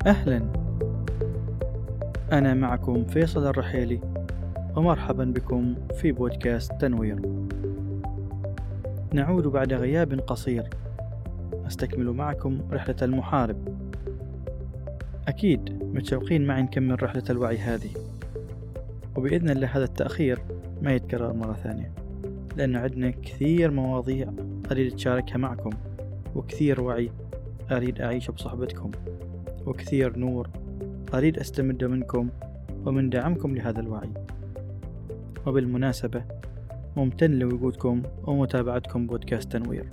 أهلا، أنا معكم فيصل الرحيلي، ومرحبا بكم في بودكاست تنوير. نعود بعد غياب قصير، نستكمل معكم رحلة المحارب. أكيد متشوقين معي نكمل رحلة الوعي هذه، وبإذن الله هذا التأخير ما يتكرر مرة ثانية، لأن عندنا كثير مواضيع أريد أتشاركها معكم، وكثير وعي أريد أعيشه بصحبتكم، وكثير نور أريد أستمد منكم ومن دعمكم لهذا الوعي. وبالمناسبة ممتن لوجودكم ومتابعتكم بودكاست تنوير.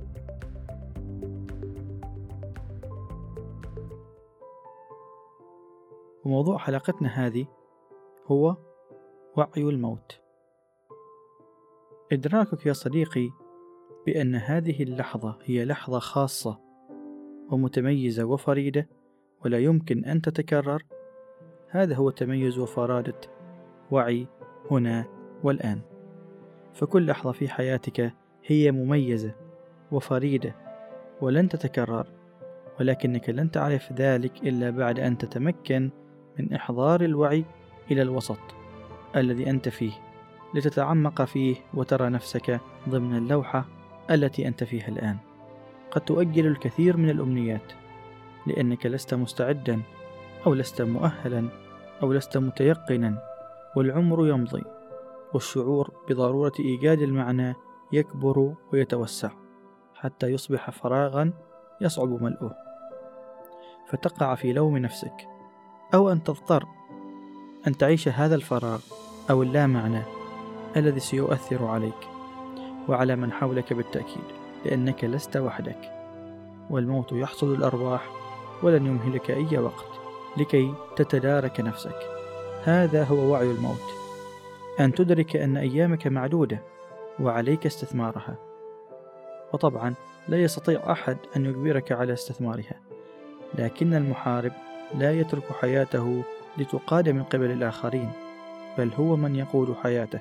وموضوع حلقتنا هذه هو وعي الموت. إدراكك يا صديقي بأن هذه اللحظة هي لحظة خاصة ومتميزة وفريدة ولا يمكن أن تتكرر، هذا هو تميز وفرادة وعي هنا والآن. فكل لحظة في حياتك هي مميزة وفريدة ولن تتكرر، ولكنك لن تعرف ذلك إلا بعد أن تتمكن من إحضار الوعي إلى الوسط الذي أنت فيه، لتتعمق فيه وترى نفسك ضمن اللوحة التي أنت فيها الآن. قد تؤجل الكثير من الأمنيات لأنك لست مستعدا أو لست مؤهلا أو لست متيقنا، والعمر يمضي والشعور بضرورة إيجاد المعنى يكبر ويتوسع حتى يصبح فراغا يصعب ملؤه، فتقع في لوم نفسك، أو أن تضطر أن تعيش هذا الفراغ أو اللا معنى الذي سيؤثر عليك وعلى من حولك بالتأكيد، لأنك لست وحدك، والموت يحصد الأرواح ولن يمهلك أي وقت لكي تتدارك نفسك. هذا هو وعي الموت، أن تدرك أن أيامك معدودة وعليك استثمارها، وطبعا لا يستطيع أحد أن يجبرك على استثمارها، لكن المحارب لا يترك حياته لتقاد من قبل الآخرين، بل هو من يقود حياته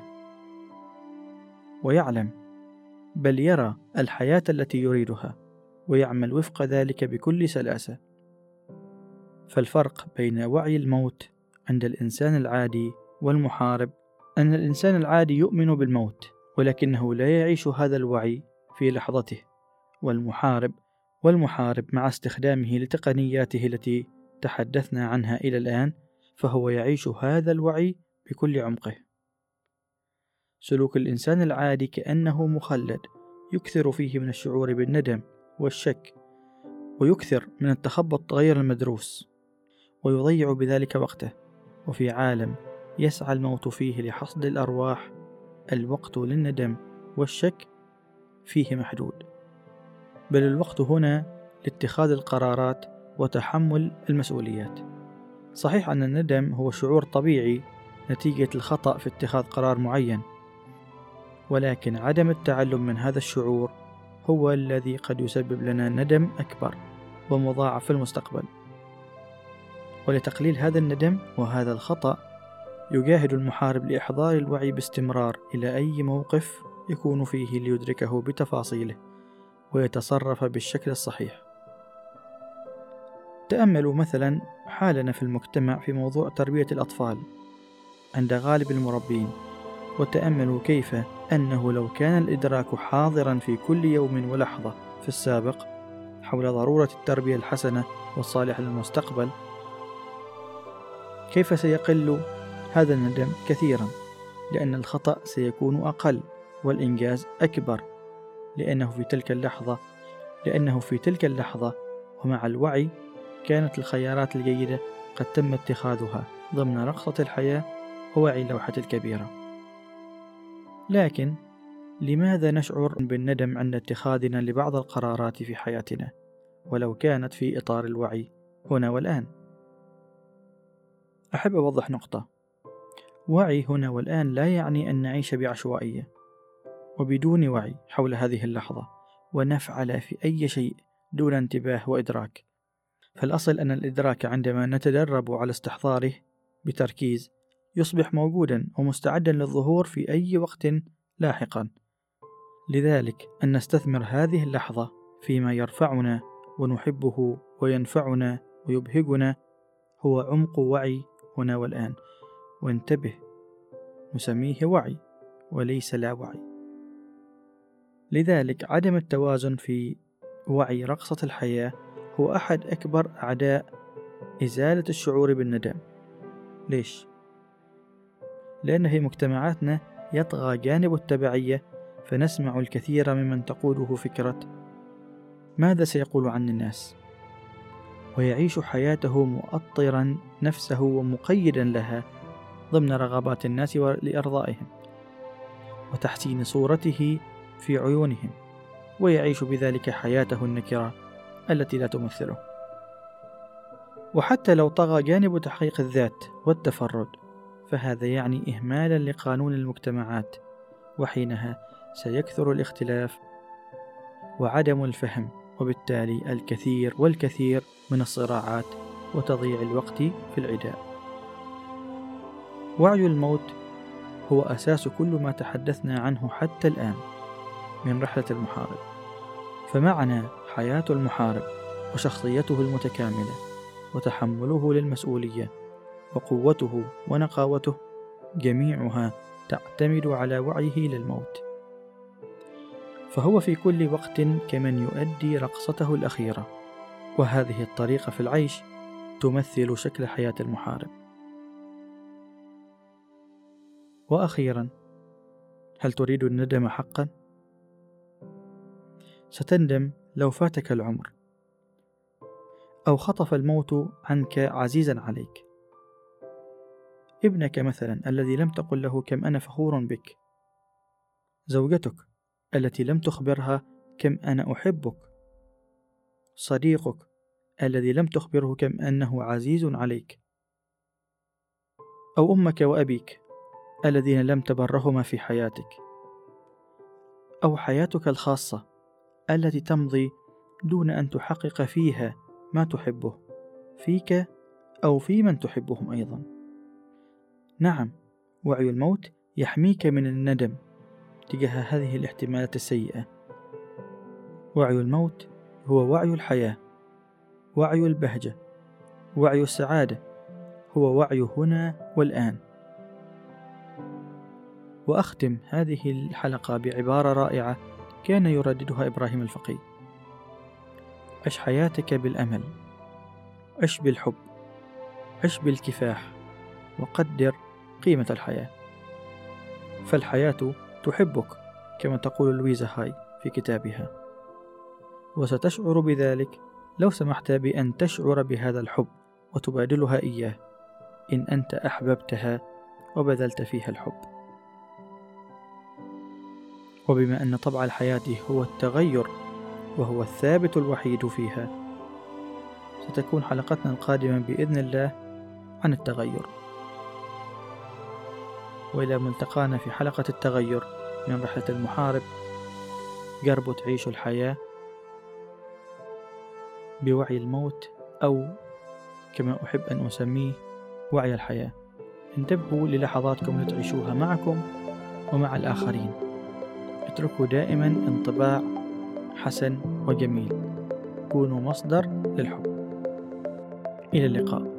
ويعلم، بل يرى الحياة التي يريدها ويعمل وفق ذلك بكل سلاسة. فالفرق بين وعي الموت عند الإنسان العادي والمحارب أن الإنسان العادي يؤمن بالموت ولكنه لا يعيش هذا الوعي في لحظته، والمحارب مع استخدامه لتقنياته التي تحدثنا عنها إلى الآن فهو يعيش هذا الوعي بكل عمقه. سلوك الإنسان العادي كأنه مخلد يكثر فيه من الشعور بالندم والشك، ويكثر من التخبط غير المدروس، ويضيع بذلك وقته. وفي عالم يسعى الموت فيه لحصد الأرواح، الوقت للندم والشك فيه محدود، بل الوقت هنا لاتخاذ القرارات وتحمل المسؤوليات. صحيح أن الندم هو شعور طبيعي نتيجة الخطأ في اتخاذ قرار معين، ولكن عدم التعلم من هذا الشعور هو الذي قد يسبب لنا ندم أكبر ومضاعف في المستقبل. ولتقليل هذا الندم وهذا الخطأ يجاهد المحارب لإحضار الوعي باستمرار إلى أي موقف يكون فيه ليدركه بتفاصيله ويتصرف بالشكل الصحيح. تأملوا مثلا حالنا في المجتمع في موضوع تربية الأطفال عند غالب المربين، وتأملوا كيف أنه لو كان الإدراك حاضرا في كل يوم ولحظة في السابق حول ضرورة التربية الحسنة والصالحة للمستقبل، كيف سيقل هذا الندم كثيرا، لأن الخطأ سيكون أقل والإنجاز أكبر، لأنه في تلك اللحظة ومع الوعي كانت الخيارات الجيدة قد تم اتخاذها ضمن رقصة الحياة ووعي اللوحة الكبيرة. لكن لماذا نشعر بالندم عند اتخاذنا لبعض القرارات في حياتنا ولو كانت في إطار الوعي هنا والآن؟ أحب أوضح نقطة: وعي هنا والآن لا يعني أن نعيش بعشوائية وبدون وعي حول هذه اللحظة ونفعل في أي شيء دون انتباه وإدراك. فالأصل أن الإدراك عندما نتدرب على استحضاره بتركيز يصبح موجودا ومستعدا للظهور في أي وقت لاحقا. لذلك أن نستثمر هذه اللحظة فيما يرفعنا ونحبه وينفعنا ويبهجنا هو عمق وعي هنا والآن. وانتبه، نسميه وعي وليس لا وعي. لذلك عدم التوازن في وعي رقصة الحياة هو أحد أكبر أعداء إزالة الشعور بالندم. ليش؟ لأن في مجتمعاتنا يطغى جانب التبعية، فنسمع الكثير ممن تقوله فكرة ماذا سيقول عن الناس، ويعيش حياته مؤطرا نفسه ومقيدا لها ضمن رغبات الناس لإرضائهم وتحسين صورته في عيونهم، ويعيش بذلك حياته النكرة التي لا تمثله. وحتى لو طغى جانب تحقيق الذات والتفرد، فهذا يعني إهمالا لقانون المجتمعات، وحينها سيكثر الاختلاف وعدم الفهم، وبالتالي الكثير والكثير من الصراعات وتضييع الوقت في العداء. وعي الموت هو أساس كل ما تحدثنا عنه حتى الآن من رحلة المحارب. فمعنى حياة المحارب وشخصيته المتكاملة وتحمله للمسؤولية وقوته ونقاوته جميعها تعتمد على وعيه للموت. فهو في كل وقت كمن يؤدي رقصته الأخيرة، وهذه الطريقة في العيش تمثل شكل حياة المحارب. وأخيرا، هل تريد الندم حقا؟ ستندم لو فاتك العمر، أو خطف الموت عنك عزيزا عليك، ابنك مثلا الذي لم تقل له كم أنا فخور بك، زوجتك التي لم تخبرها كم أنا أحبك، صديقك الذي لم تخبره كم أنه عزيز عليك، أو أمك وأبيك الذين لم تبرهما في حياتك، أو حياتك الخاصة التي تمضي دون أن تحقق فيها ما تحبه فيك أو في من تحبهم أيضا. نعم، وعي الموت يحميك من الندم تجاه هذه الاحتمالات السيئة. وعي الموت هو وعي الحياة، وعي البهجة، وعي السعادة، هو وعي هنا والآن. وأختم هذه الحلقة بعبارة رائعة كان يرددها إبراهيم الفقي: عش حياتك بالأمل، عش بالحب، عش بالكفاح، وقدر قيمة الحياة، فالحياة تحبك كما تقول لويزا هاي في كتابها، وستشعر بذلك لو سمحت بأن تشعر بهذا الحب وتبادلها إياه إن أنت أحببتها وبذلت فيها الحب. وبما أن طبع الحياة هو التغير وهو الثابت الوحيد فيها، ستكون حلقتنا القادمة بإذن الله عن التغير. وإلى ملتقانا في حلقة التغير من رحلة المحارب، قربوا تعيشوا الحياة بوعي الموت، أو كما أحب أن أسميه وعي الحياة. انتبهوا للحظاتكم لتعيشوها معكم ومع الآخرين. اتركوا دائما انطباع حسن وجميل. كونوا مصدر للحب. إلى اللقاء.